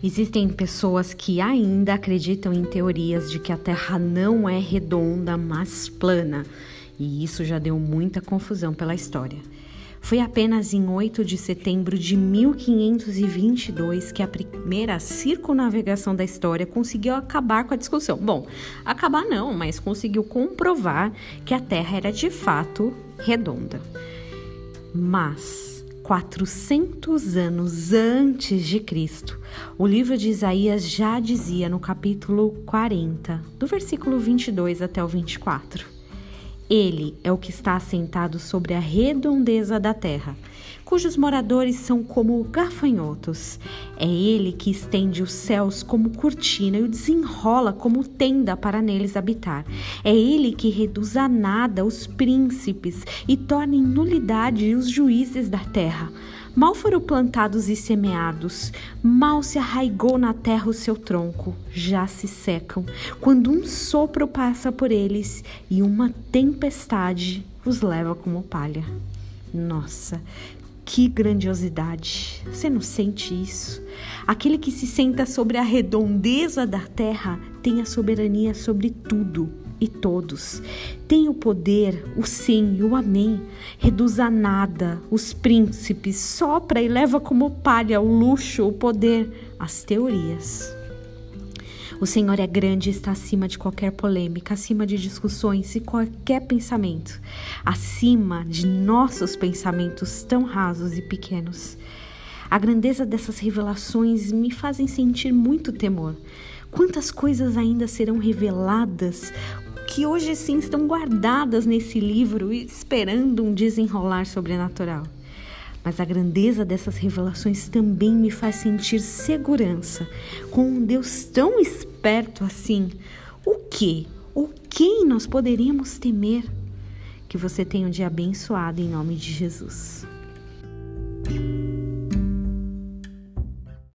Existem pessoas que ainda acreditam em teorias de que a Terra não é redonda, mas plana. E isso já deu muita confusão pela história. Foi apenas em 8 de setembro de 1522 que a primeira circunnavegação da história conseguiu acabar com a discussão. Bom, acabar não, mas conseguiu comprovar que a Terra era de fato redonda. Mas 400 anos antes de Cristo, o livro de Isaías já dizia no capítulo 40, do versículo 22 até o 24. Ele é o que está assentado sobre a redondeza da terra, cujos moradores são como gafanhotos. É ele que estende os céus como cortina e o desenrola como tenda para neles habitar. É ele que reduz a nada os príncipes e torna em nulidade os juízes da terra. Mal foram plantados e semeados, mal se arraigou na terra o seu tronco, já se secam, quando um sopro passa por eles e uma tempestade os leva como palha. Nossa, que grandiosidade! Você não sente isso? Aquele que se senta sobre a redondeza da terra tem a soberania sobre tudo e todos. Tem o poder, o sim e o amém. Reduz a nada os príncipes, sopra e leva como palha o luxo, o poder, as teorias. O Senhor é grande e está acima de qualquer polêmica, acima de discussões e qualquer pensamento, acima de nossos pensamentos tão rasos e pequenos. A grandeza dessas revelações me fazem sentir muito temor. Quantas coisas ainda serão reveladas que hoje sim estão guardadas nesse livro esperando um desenrolar sobrenatural. Mas a grandeza dessas revelações também me faz sentir segurança com um Deus tão esperto assim. O quem nós poderíamos temer? Que você tenha um dia abençoado em nome de Jesus.